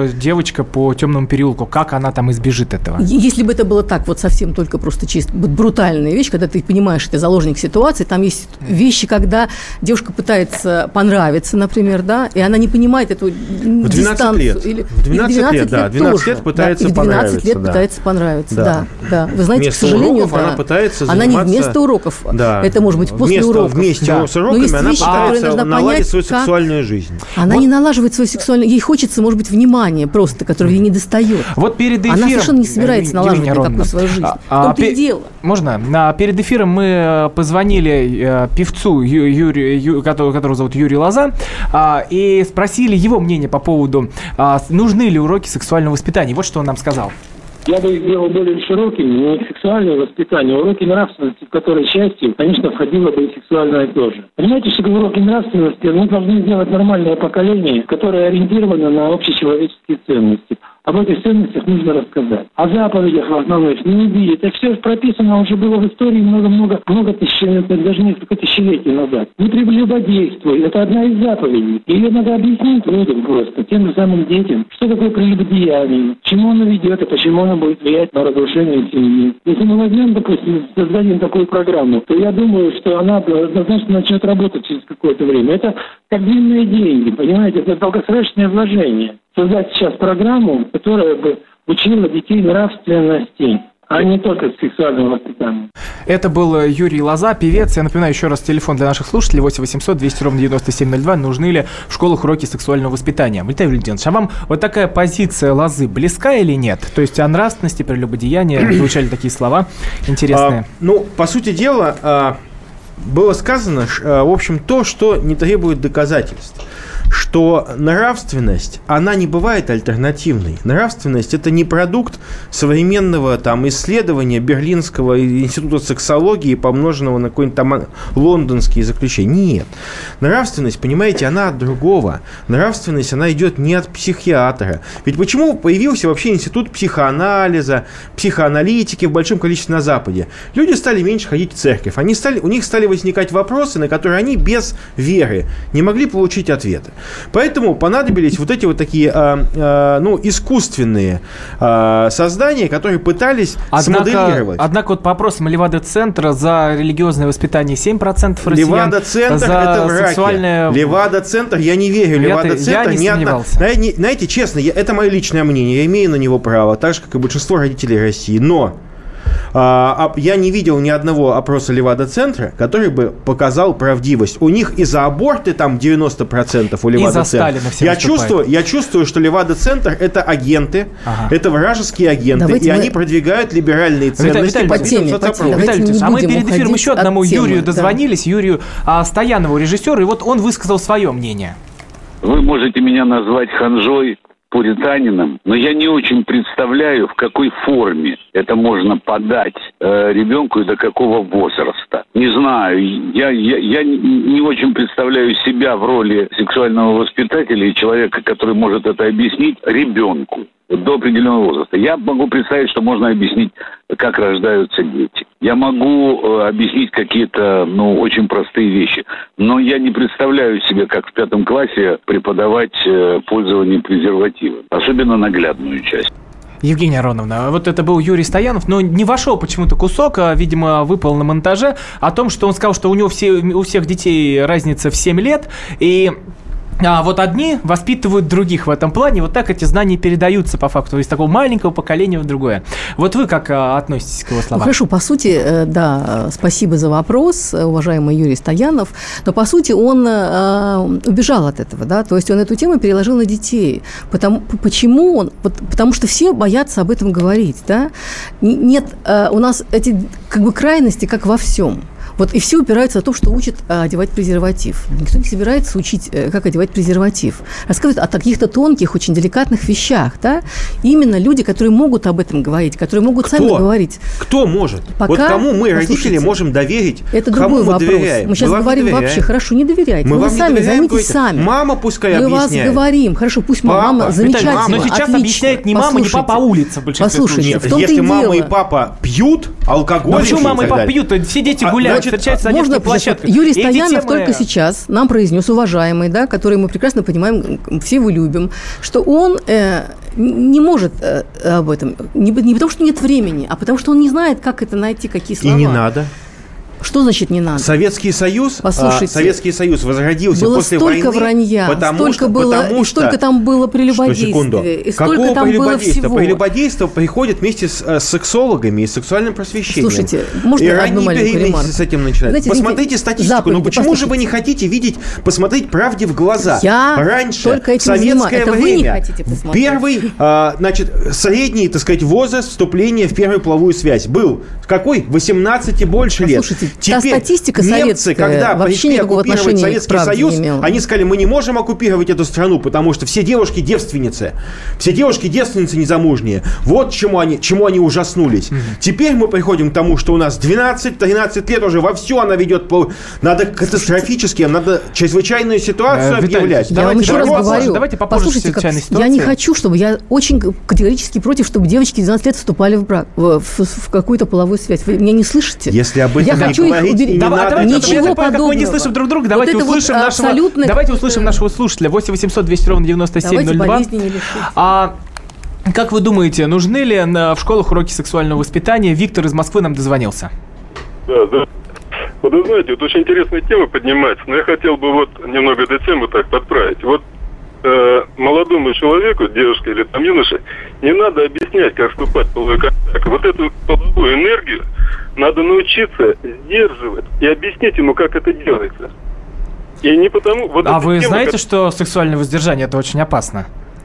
девочка по темному переулку, как она там избежит этого? Если бы это было так, вот совсем только просто чисто вот брутальная вещь, когда ты понимаешь, что ты заложник ситуации, там есть вещи, когда девушка пытается понравиться, например, да, и она не понимает эту в дистанцию. Лет. Или, в двенадцать, или в двенадцать лет, да, двенадцать тоже, лет пытается да, и в двенадцать понравиться. лет да. пытается понравиться, да. Да. да, Вы знаете, вместо к сожалению, уроков да, она пытается она заниматься... не вместо уроков, да. это может быть после вместо, уроков. Вместе да. с уроками она вещи, пытается наладить свою как... сексуальную жизнь. Она вот. не налаживает свою сексуальную... Ей хочется, может быть, внимания просто, которого ей не достает. Вот перед эфиром... Она совершенно не собирается налаживать Евгения такую свою жизнь. А, В том-то пе- и дело. Можно? А, перед эфиром мы позвонили э, певцу, Ю, Юрию, Ю, которого, которого зовут Юрий Лоза, а, и спросили его мнение по поводу, а, нужны ли уроки сексуального воспитания. Вот что он нам сказал. Я бы их сделал более широкими, не сексуальное воспитание, а уроки нравственности, в которой частью, конечно, входило бы и сексуальное тоже. Понимаете, что уроки нравственности мы должны сделать нормальное поколение, которое ориентировано на общечеловеческие ценности. Об этих ценностях нужно рассказать. О заповедях основных не убили. Это все прописано уже было в истории много-много, много тысячелетий, даже несколько тысячелетий назад. Не прелюбодействуй. Это одна из заповедей. Ее надо объяснить людям просто, тем же самым детям, что такое прелюбодеяние, к чему оно ведет и почему оно будет влиять на разрушение семьи. Если мы возьмем, допустим, создадим такую программу, то я думаю, что она однозначно начнет работать через какое-то время. Это как длинные деньги, понимаете, это долгосрочное вложение. Создать сейчас программу, которая бы учила детей нравственности, а не только сексуального воспитания. Это был Юрий Лоза, певец. Я напоминаю еще раз телефон для наших слушателей восемь восемьсот двести ровно девяносто семь ноль два. Нужны ли в школах уроки сексуального воспитания? Виталий Валентинович, а вам вот такая позиция Лозы близка или нет? То есть о нравственности, прелюбодеянии звучали такие слова интересные. А, ну, по сути дела, а, было сказано, а, в общем, то, что не требует доказательств. Что нравственность, она не бывает альтернативной. Нравственность – это не продукт современного там, исследования Берлинского института сексологии, помноженного на какой-нибудь там лондонский заключение. Нет. Нравственность, понимаете, она от другого. Нравственность, она идет не от психиатра. Ведь почему появился вообще институт психоанализа, психоаналитики в большом количестве на Западе? Люди стали меньше ходить в церковь. Они стали, у них стали возникать вопросы, на которые они без веры не могли получить ответы. Поэтому понадобились вот эти вот такие, э, э, ну, искусственные э, создания, которые пытались однако, смоделировать. Однако вот по опросам Левада-центра за религиозное воспитание семь процентов россиян. Левада-центр – это враки. Сексуальное... Левада-центр, я не верю. Левада-центр, я не сомневался. Одна... Знаете, честно, я, это мое личное мнение, я имею на него право, так же, как и большинство родителей России. Но а, я не видел ни одного опроса Левада-центра, который бы показал правдивость. У них и за аборты там девяносто процентов у Левада-центра. Я чувствую, я чувствую, что Левада-центр – это агенты, ага. это вражеские агенты, давайте и мы... они продвигают либеральные ценности. Виталий, Виталий, по теме, Виталий, а мы перед эфиром еще одному темы, Юрию да. дозвонились, Юрию а, Стоянову, режиссеру, и вот он высказал свое мнение. Вы можете меня назвать ханжой, пуританином, но я не очень представляю, в какой форме это можно подать э, ребенку и до какого возраста. Не знаю, я, я, я не очень представляю себя в роли сексуального воспитателя и человека, который может это объяснить ребенку до определенного возраста. Я могу представить, что можно объяснить, как рождаются дети. Я могу э, объяснить какие-то, ну, очень простые вещи. Но я не представляю себе, как в пятом классе преподавать э, пользование презервативом. Особенно наглядную часть. Евгения Ароновна, вот это был Юрий Стоянов, но не вошел почему-то кусок, а, видимо, выпал на монтаже, о том, что он сказал, что у него все, у всех детей разница в семь лет, и... А вот одни воспитывают других в этом плане. Вот так эти знания передаются по факту из такого маленького поколения в другое. Вот вы как а, относитесь к его словам? Ну, хорошо, по сути, да, спасибо за вопрос, уважаемый Юрий Стоянов. Но, по сути, он а, убежал от этого, да, то есть он эту тему переложил на детей. Потому, почему он? Вот, потому что все боятся об этом говорить, да. Нет, а, у нас эти как бы крайности, как во всем. Вот и все упирается в то, что учат а, одевать презерватив. Никто не собирается учить, как одевать презерватив. Рассказывают о каких-то тонких, очень деликатных вещах. Да? Именно люди, которые могут об этом говорить, которые могут Кто? сами говорить. Кто может? Пока, вот кому мы, родители, можем доверить? Это кому другой мы вопрос. доверяем? Мы сейчас мы говорим вообще, хорошо, не доверяйте. Мы вы вам сами, не доверяем, займитесь сами. Мама пускай мы объясняет. Мы вас говорим. Хорошо, пусть папа, мама замечательно, мама. Но сейчас отлично. объясняет не мама, не папа, а улица. Послушайте, в том-то если и мама дело. и папа пьют алкоголь, ну почему мама и папа пьют? Все дети гуляют. Значит, встречаются на можно детских площадках. Юрий Эти Стоянов темы... только сейчас нам произнес, уважаемый, да, который мы прекрасно понимаем, все его любим, что он э, не может э, об этом, не, не потому что нет времени, а потому что он не знает, как это найти, какие слова. И не надо. Что значит не надо? Советский Союз, Послушайте, а, Советский Союз возродился было после столько войны, вранья, потому столько что, было, потому и столько что, там было прелюбодействия, и столько Какого там было всего. Прелюбодейство приходит вместе с, с сексологами и сексуальным просвещением. Слушайте, можно и одну маленькую ремарку? с этим начинать. Знаете, посмотрите статистику. заповеди, Ну почему послушайте. же вы не хотите видеть, посмотреть правде в глаза? Я Раньше, только этим в советское занимаюсь. Это время, вы не хотите посмотреть. первый, а, значит, средний, так сказать, возраст вступления в первую половую связь был какой? восемнадцать и больше лет. Послушайте, та Теперь статистика немцы, советская когда вообще пришли никакого оккупировать отношения к Советский правде Союз, не имела. они сказали, мы не можем оккупировать эту страну, потому что все девушки девственницы. Все девушки девственницы незамужние. Вот чему они, чему они ужаснулись. Mm-hmm. Теперь мы приходим к тому, что у нас двенадцать-тринадцать лет уже вовсю она ведет... По... Надо катастрофически, надо чрезвычайную ситуацию Э, объявлять. Я вам еще раз бороться. говорю, Давайте попозже послушайте, как, чрезвычайной я не ситуации. хочу, чтобы, я очень категорически против, чтобы девочки в двенадцать лет вступали в брак, в, в, в какую-то половую связь. Вы меня не слышите? Если об этом я не хочу их говорить, уберечь. и не Давай, надо давайте, ничего давайте, как подобного. мы не слышим друг друга, давайте Вот это услышим вот нашего, абсолютно давайте какое-то- услышим нашего слушателя. восемь восемьсот двести ровно девяносто семь ноль два. Давайте болезни не лишить. А как вы думаете, нужны ли на- в школах уроки сексуального воспитания? Виктор из Москвы нам дозвонился. Да, да. Вот вы знаете, вот очень интересная тема поднимается, но я хотел бы вот немного эту тему так подправить. Вот э, молодому человеку, девушке или там юноше, не надо объяснять, как вступать в половой контакт. Вот эту половую энергию надо научиться сдерживать и объяснить ему, как это делается. И не потому... Вот А эта вы тема, знаете, как- что сексуальное воздержание это очень опасно?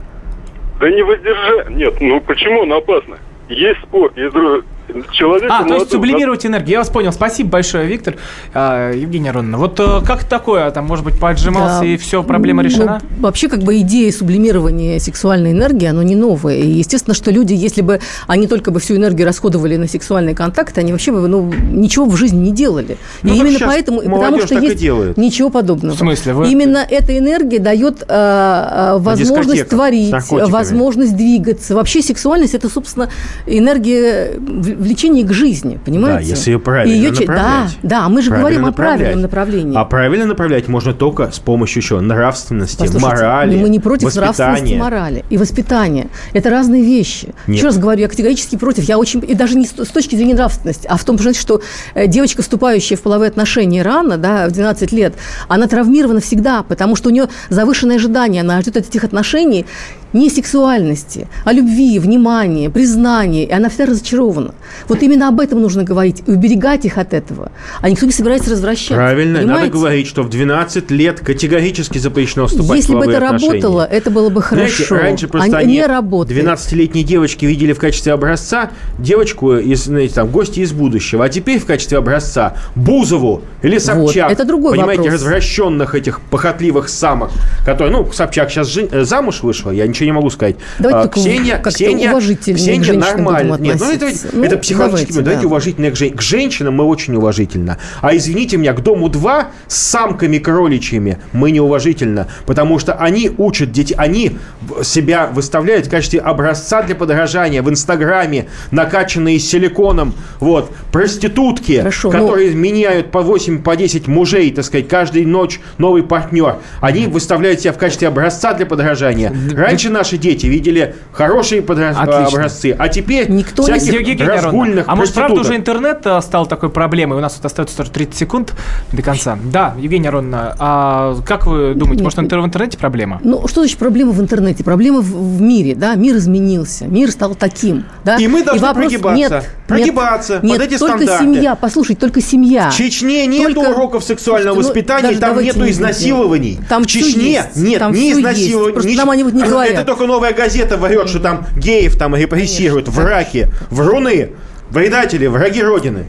Да не воздержать. Нет, ну почему оно опасно? Есть спорт, есть другое. Человек А, то есть молодой, сублимировать энергию. Я вас понял. Спасибо большое, Виктор. А, Евгения Ароновна, вот э, как такое? Там, может быть, поотжимался Да. и все, проблема Ну, решена? вообще, как бы идея сублимирования сексуальной энергии, оно не новое. И естественно, что люди, если бы они только бы всю энергию расходовали на сексуальный контакт, они вообще бы ну, ничего в жизни не делали. Ну, и так именно сейчас поэтому, потому молодежь что так и есть делает. ничего подобного. В смысле? Вы- Именно эта энергия дает э, э, возможность дискотеках творить, с наркотиками. возможность двигаться. Вообще сексуальность – это, собственно, энергия в- влечения к жизни, понимаете? Да, если ее правильно И её че- направлять. Да, да, мы же Правильно говорим о направлять. правильном направлении. А правильно направлять можно только с помощью еще нравственности, Послушайте, морали, мы не против нравственности, воспитания. морали и воспитания. Это разные вещи. Нет. Еще раз говорю, я категорически против. Я очень, и даже не с с точки зрения нравственности, а в том, что э, девочка, вступающая в половые отношения рано, да, в двенадцать лет, она травмирована всегда, потому что у нее завышенные ожидания. Она ждет от этих отношений не сексуальности, а любви, внимания, признания. И она всегда разочарована. Вот именно об этом нужно говорить и уберегать их от этого. А никто не собирается развращать. Правильно, понимаете? надо говорить, что в двенадцать лет категорически запрещено вступать Если в бы половые это отношения. работало, это было бы хорошо. Знаете, раньше просто а они не работает. двенадцатилетние девочки видели в качестве образца девочку из, знаете, там, гости из будущего, а теперь в качестве образца Бузову или Собчак. Вот, это другой Понимаете, вопрос. развращенных этих похотливых самок, которые, ну, Собчак сейчас жен- э, замуж вышла, я ничего не могу сказать. Давайте А, только Ксения, как-то Ксения, уважительнее к Ксения женщинам нормально. будем Нет, ну это, относиться. Ну, это психологически, давайте, давайте да. уважительно к, жен- к женщинам мы очень уважительно. А извините меня, к дому два с самками кроличьими мы неуважительно, потому что они учат детей, они себя выставляют в качестве образца для подражания в Инстаграме, накачанные силиконом, вот, проститутки, Хорошо, которые ну... меняют по восемь, по десять мужей, так сказать, каждую ночь новый партнер. Они выставляют себя в качестве образца для подражания. Раньше наши дети видели хорошие подра... образцы, а теперь Никто всяких Евгения разгульных А может, правда, проституток. уже интернет а, стал такой проблемой? У нас вот остается тоже тридцать секунд до конца. Да, Евгения Ароновна, а как вы думаете, Нет, может, интер- в интернете проблема? Ну, что значит проблема в интернете? Проблема в, в мире, да? Мир изменился, мир стал таким, да? И мы должны вопрос... прогибаться. Нет, Прогибаться нет, под эти только стандарты. семья, послушайте, только семья. В Чечне нету Только- уроков сексуального Слушайте, ну, воспитания, даже там давайте нету не изнасилований. Там в всё Чечне есть, нет там ни всё есть. изнасилований. Просто ни- нам они вот не говорят. Это только «Новая газета» врет, что там геев там репрессируют, враки, вруны. Предатели, враги Родины.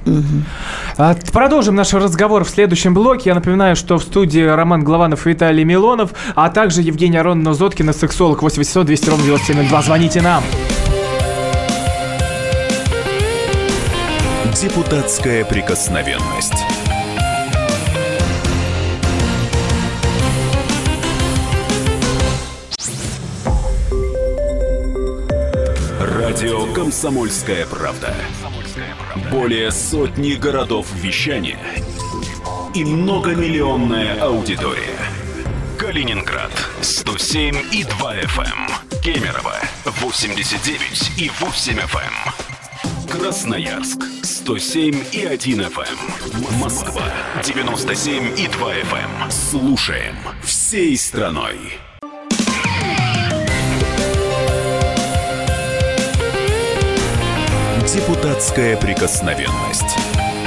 А, Продолжим наш разговор в следующем блоке. Я напоминаю, что в студии Роман Голованов и Виталий Милонов, а также Евгения Ароновна-Зоткина, сексолог. Восемь восемьсот двести ровно девяносто семь ноль два. Звоните нам. Депутатская прикосновенность. Радио «Комсомольская правда». Более сотни городов вещания и многомиллионная аудитория. Калининград сто семь и два эф эм, Кемерово восемьдесят девять и восемь эф эм, Красноярск сто семь и один эф эм, Москва девяносто семь и два эф эм. Слушаем всей страной. Депутатская прикосновенность.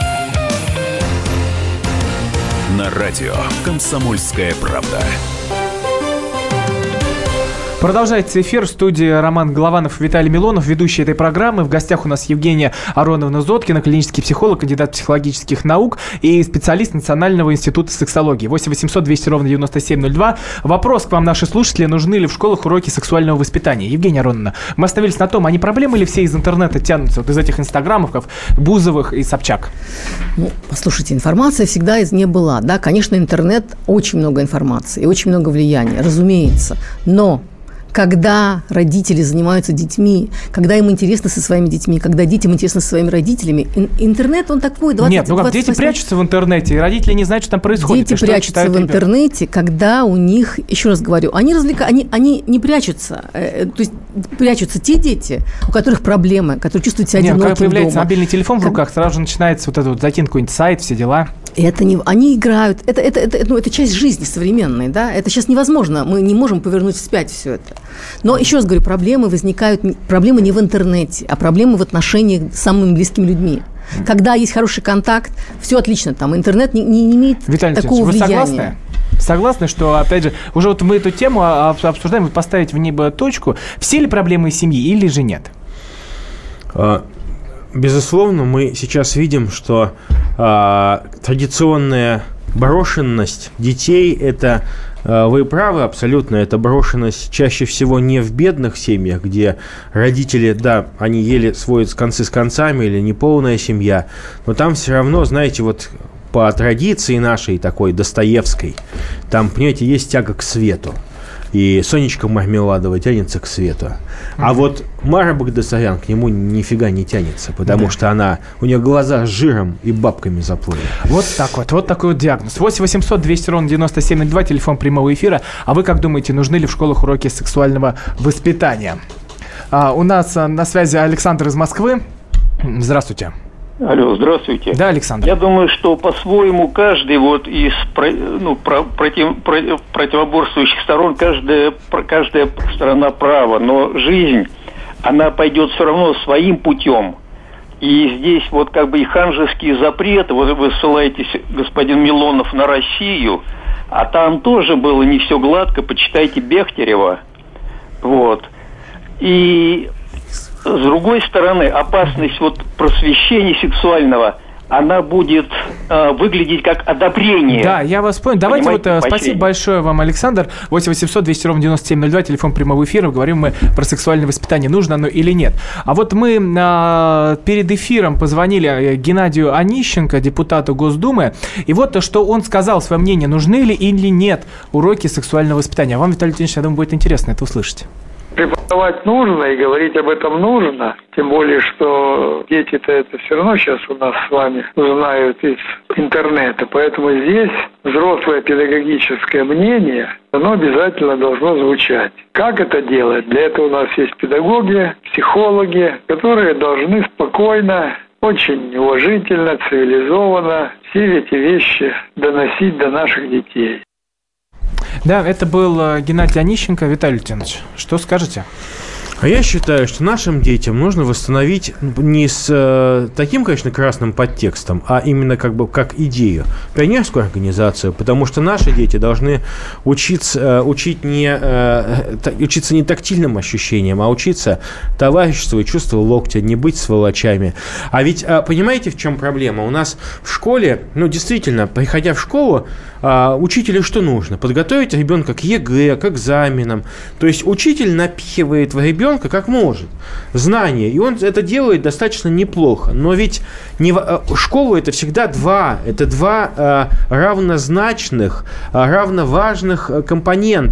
На радио «Комсомольская правда». Продолжается эфир. В студии Роман Голованов, Виталий Милонов, ведущий этой программы. В гостях у нас Евгения Ароновна Зоткина, клинический психолог, кандидат психологических наук и специалист Национального института сексологии. восемь восемьсот двести ровно девяносто семь ноль два. Вопрос к вам, наши слушатели. Нужны ли в школах уроки сексуального воспитания? Евгения Ароновна, мы остановились на том, а не проблемы ли все из интернета тянутся, вот из этих инстаграмовков, Бузовых и Собчак? Ну, послушайте, информация всегда из не была. Да, конечно, интернет, очень много информации и очень много влияния, разумеется. Но когда родители занимаются детьми, когда им интересно со своими детьми, когда детям интересно со своими родителями, интернет, он такой, двадцать, Нет, ну как, дети прячутся в интернете, и родители не знают, что там происходит. Дети прячутся в интернете, когда у них, еще раз говорю, они развлекаются, они, они не прячутся, э, то есть прячутся те дети, у которых проблемы, которые чувствуют себя одинокими дома. Когда появляется мобильный телефон в руках, сразу же начинается вот это вот, закинь какой-нибудь сайт, все дела. Это не, они играют, это, это, это, ну, это часть жизни современной, да, это сейчас невозможно, мы не можем повернуть вспять все это. Но еще раз говорю, проблемы возникают, проблемы не в интернете, а проблемы в отношениях с самыми близкими людьми. Когда есть хороший контакт, все отлично, там интернет не, не имеет Виталий такого вы влияния. Согласны? Согласны, что, опять же, уже вот мы эту тему обсуждаем, вот поставить в небо точку, все ли проблемы семьи или же нет? Безусловно, мы сейчас видим, что э, традиционная брошенность детей – это, э, вы правы абсолютно, это брошенность чаще всего не в бедных семьях, где родители, да, они еле сводят концы с концами или неполная семья, но там все равно, знаете, вот по традиции нашей такой достоевской, там, понимаете, есть тяга к свету. И Сонечка Мармеладова тянется к свету. Mm-hmm. А вот Мара Багдасарян к нему нифига не тянется, потому да. что она, у нее глаза с жиром и бабками заплыли. Вот так вот, вот такой вот диагноз. восемь восемьсот двести ровно девяносто семь ноль два, телефон прямого эфира. А вы как думаете, нужны ли в школах уроки сексуального воспитания? А, у нас а, на связи Александр из Москвы. Здравствуйте. Алло, здравствуйте. Да, Александр. Я думаю, что по-своему каждый вот из ну, про, против, про, противоборствующих сторон, каждая, каждая сторона права, но жизнь, она пойдет все равно своим путем. И здесь вот как бы и ханжеские запреты, вот вы ссылаетесь, господин Милонов, на Россию, а там тоже было не все гладко, почитайте Бехтерева. Вот. И с другой стороны, опасность вот просвещения сексуального, она будет э, выглядеть как одобрение. Да, я вас понял. Давайте вот, э, спасибо большое вам, Александр. восемь восемьсот двести ровно девяносто семь ноль два, телефон прямого эфира. Говорим мы про сексуальное воспитание, нужно оно или нет. А вот мы э, перед эфиром позвонили Геннадию Онищенко, депутату Госдумы, и вот что он сказал, свое мнение, нужны ли или нет уроки сексуального воспитания. А вам, Виталий Леонидович, я думаю, будет интересно это услышать. Преподавать нужно и говорить об этом нужно, тем более, что дети-то это все равно сейчас у нас с вами узнают из интернета, поэтому здесь взрослое педагогическое мнение, оно обязательно должно звучать. Как это делать? Для этого у нас есть педагоги, психологи, которые должны спокойно, очень уважительно, цивилизованно все эти вещи доносить до наших детей. Да, это был Геннадий Онищенко. Виталий Леонидович, что скажете? А я считаю, что нашим детям нужно восстановить не с э, таким, конечно, красным подтекстом, а именно как бы как идею, пионерскую организацию, потому что наши дети должны учиться, э, учить не, э, та, учиться не тактильным ощущениям, а учиться товариществу и чувству локтя, не быть сволочами. А ведь, э, понимаете, в чем проблема? У нас в школе, ну, действительно, приходя в школу, э, учителю что нужно? Подготовить ребенка к ЕГЭ, к экзаменам. То есть учитель напихивает в ребенка как может знания, и он это делает достаточно неплохо. Но ведь не, школа это всегда два, это два э, равнозначных, э, равноважных компонента.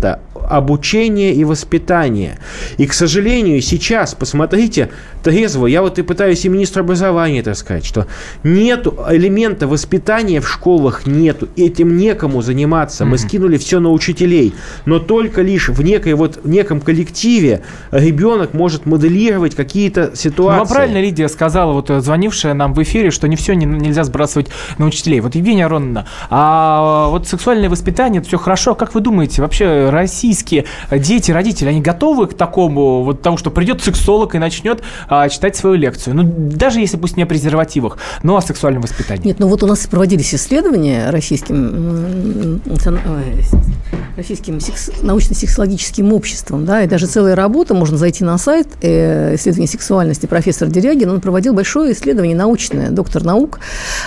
обучения и воспитания. И, к сожалению, сейчас, посмотрите, трезво, я вот и пытаюсь и министру образования это сказать, что нету элемента воспитания в школах, нету, этим некому заниматься. Mm-hmm. Мы скинули все на учителей, но только лишь в, некой, вот, в неком коллективе ребенок может моделировать какие-то ситуации. Ну, а правильно Лидия сказала, вот звонившая нам в эфире, что не все не, нельзя сбрасывать на учителей. Вот, Евгения Ароновна, а вот сексуальное воспитание, это все хорошо. Как вы думаете, вообще российские дети, родители, они готовы к такому, вот тому, что придет сексолог и начнет а, читать свою лекцию? Ну, даже если пусть не о презервативах, но о сексуальном воспитании. Нет, ну вот у нас проводились исследования российским, российским секс, научно-сексологическим обществом, да, и даже целая работа, можно зайти на сайт э, исследования сексуальности профессор Дерягин, он проводил большое исследование научное, доктор наук,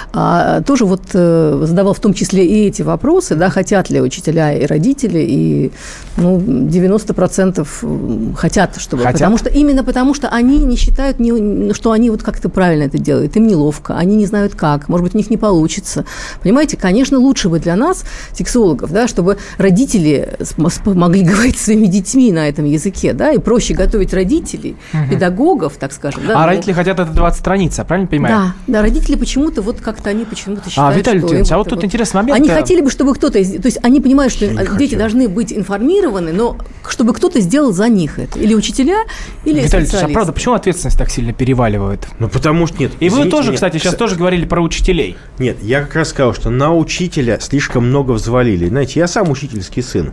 а, тоже вот э, задавал в том числе и эти вопросы, да, хотят ли учителя и родители, и ну, девяносто процентов хотят, чтобы, хотят? Потому что, именно потому что они не считают, не, что они вот как-то правильно это делают, им неловко, они не знают как, может быть, у них не получится. Понимаете, конечно, лучше бы для нас, сексологов, да, чтобы родители могли говорить с своими детьми на этом языке, да, и проще готовить родителей, угу. педагогов, так скажем. Да, а но... родители хотят от этого отстраниться, правильно понимаю? Да, да, родители почему-то вот как-то они почему-то считают, а, Виталий что... Леонидович, а вот тут вот... интересный момент. Они хотели бы, чтобы кто-то... То есть они понимают, что Я дети должны быть информированы, но чтобы кто-то сделал за них это. Или учителя, или Виталий специалисты. А правда, почему ответственность так сильно переваливает? Ну, потому что нет. И вы тоже, меня, кстати, сейчас к... тоже говорили про учителей. Нет, я как раз сказал, что на учителя слишком много взвалили. Знаете, я сам учительский сын.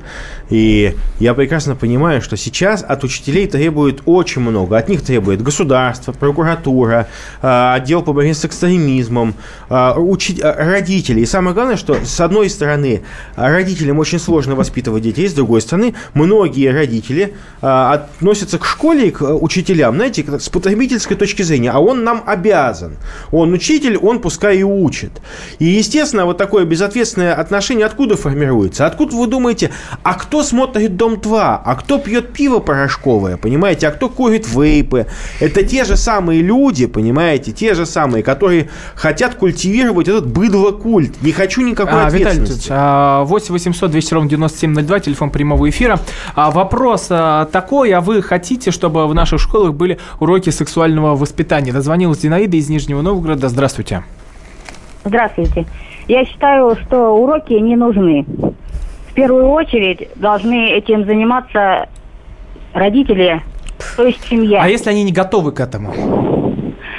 И я прекрасно понимаю, что сейчас от учителей требует очень много. От них требует государство, прокуратура, отдел по борьбе с экстремизмом, учи... родители. И самое главное, что с одной стороны родителям очень сложно воспитывать детей, с другой стороны многие родители относятся к школе и к учителям, знаете, с потребительской точки зрения, а он нам обязан. Он учитель, он пускай и учит. И, естественно, вот такое безответственное отношение откуда формируется? Откуда вы думаете, а кто смотрит «Дом-два», а кто пьет пиво порошковое, понимаете, а кто курит вейпы? Это те же самые люди, понимаете, те же самые, которые хотят культивировать этот быдло-культ. Не хочу никакой а, ответственности. Виталий, восемь восемьсот двести ровно девяносто семь ноль два, телефон прямого эфира. А, вопрос а, такой, а вы хотите, чтобы в наших школах были уроки сексуального воспитания? Дозвонилась Зинаида из Нижнего Новгорода. Здравствуйте. Здравствуйте. Я считаю, что уроки не нужны. В первую очередь должны этим заниматься родители, то есть семья. А если они не готовы к этому?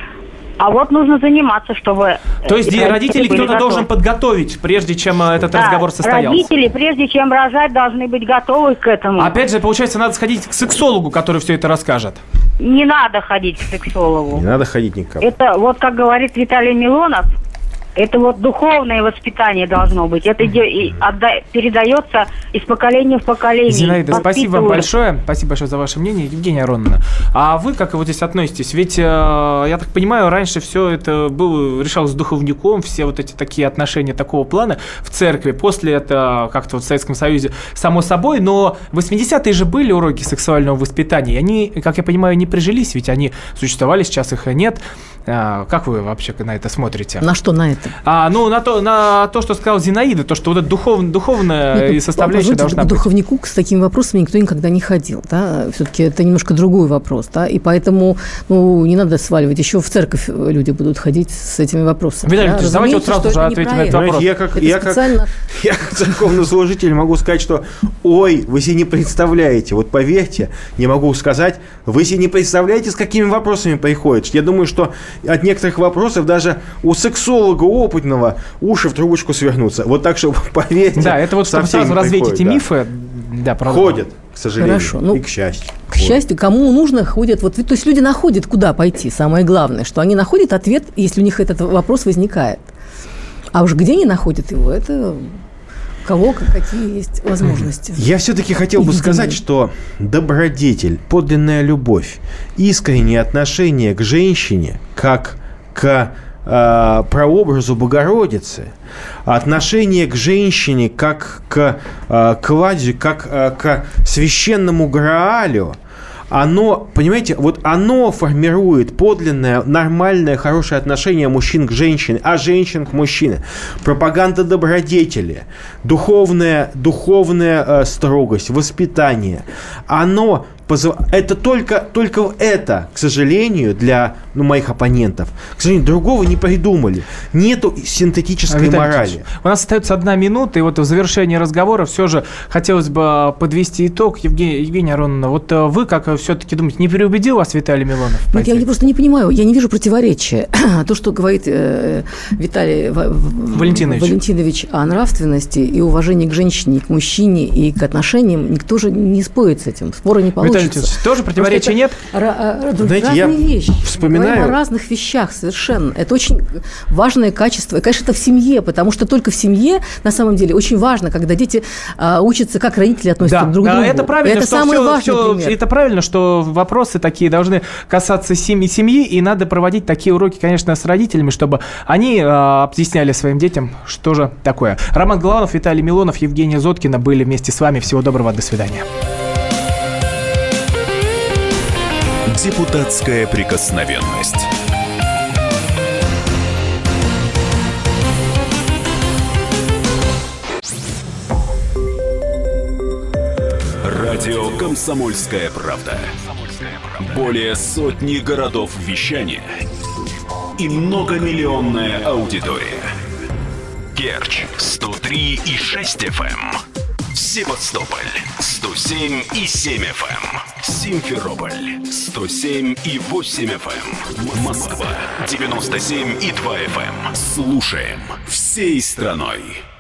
А вот нужно заниматься, чтобы... То есть родители кто-то готовы. Должен подготовить, прежде чем этот да, разговор состоялся? Родители, прежде чем рожать, должны быть готовы к этому. Опять же, получается, надо сходить к сексологу, который все это расскажет. Не надо ходить к сексологу. Не надо ходить никак. Это, вот как говорит Виталий Милонов, это вот духовное воспитание должно быть. Это и отда- передается из поколения в поколение. Зинаида, спасибо вам большое. Спасибо большое за ваше мнение. Евгения Ароновна, а вы как вот здесь относитесь? Ведь, я так понимаю, раньше все это было, решалось с духовником, все вот эти такие отношения такого плана в церкви. После это как-то вот в Советском Союзе само собой. Но в восьмидесятые же были уроки сексуального воспитания. И они, как я понимаю, не прижились, ведь они существовали, сейчас их нет. Как вы вообще на это смотрите? На что на это? А, ну, на то, на то, что сказала Зинаида, то, что вот это духов, духовная Нет, составляющая ну, должна к быть. К духовнику с такими вопросами никто никогда не ходил. Да? Все-таки это немножко другой вопрос. Да? И поэтому ну, не надо сваливать. Еще в церковь люди будут ходить с этими вопросами. Виталий Ильич, да? давайте вот сразу же ответим на этот вопрос. Я как, я, специально... как, я как церковнослужитель могу сказать, что ой, вы себе не представляете. Вот поверьте, не могу сказать, вы себе не представляете, с какими вопросами приходят. Я думаю, что от некоторых вопросов даже у сексолога опытного уши в трубочку свернутся. Вот так, что поверьте. Да, это вот чтобы сразу развеять эти да. мифы. Да, ходят, к сожалению, Хорошо. Ну, и к счастью. К вот. счастью, кому нужно, ходят. Вот, то есть люди находят, куда пойти. Самое главное, что они находят ответ, если у них этот вопрос возникает. А уж где они находят его, это... У кого какие есть возможности. Я все-таки хотел бы сказать, что добродетель, подлинная любовь, искреннее отношение к женщине, как к э, прообразу Богородицы, отношение к женщине как к э, кладе, как э, к священному Граалю, оно, понимаете, вот оно формирует подлинное, нормальное, хорошее отношение мужчин к женщине, а женщин к мужчине. Пропаганда добродетели, духовная, духовная э, строгость, воспитание. Оно это только, только это, к сожалению, для ну, моих оппонентов, к сожалению, другого не придумали. Нету синтетической Виталий морали. Ильич, у нас остается одна минута, и вот в завершении разговора все же хотелось бы подвести итог. Евгения, Евгения Ароновна, вот вы как все-таки думаете, не переубедил вас Виталий Милонов? Нет, я просто не понимаю, я не вижу противоречия. То, что говорит э, Виталий Валентинович. Валентинович о нравственности и уважении к женщине, к мужчине и к отношениям, никто же не спорит с этим, спора не получится. Тоже противоречия нет? Р- Знаете, разные вещи. Вспоминаю... Говорим о разных вещах совершенно. Это очень важное качество. И, конечно, это в семье, потому что только в семье, на самом деле, очень важно, когда дети а, учатся, как родители относятся да, друг к другу. Это правильно, это что самый все, важный все, пример. Это правильно, что вопросы такие должны касаться семьи, семьи, и надо проводить такие уроки, конечно, с родителями, чтобы они а, объясняли своим детям, что же такое. Роман Голованов, Виталий Милонов, Евгения Зоткина были вместе с вами. Всего доброго, до свидания. Депутатская прикосновенность. Радио «Комсомольская правда». Более сотни городов вещания и многомиллионная аудитория. Керчь сто три и шесть эф эм. Севастополь сто семь и семь эф эм. Симферополь сто семь и восемь эф эм. Москва девяносто семь и два эф эм. Слушаем всей страной.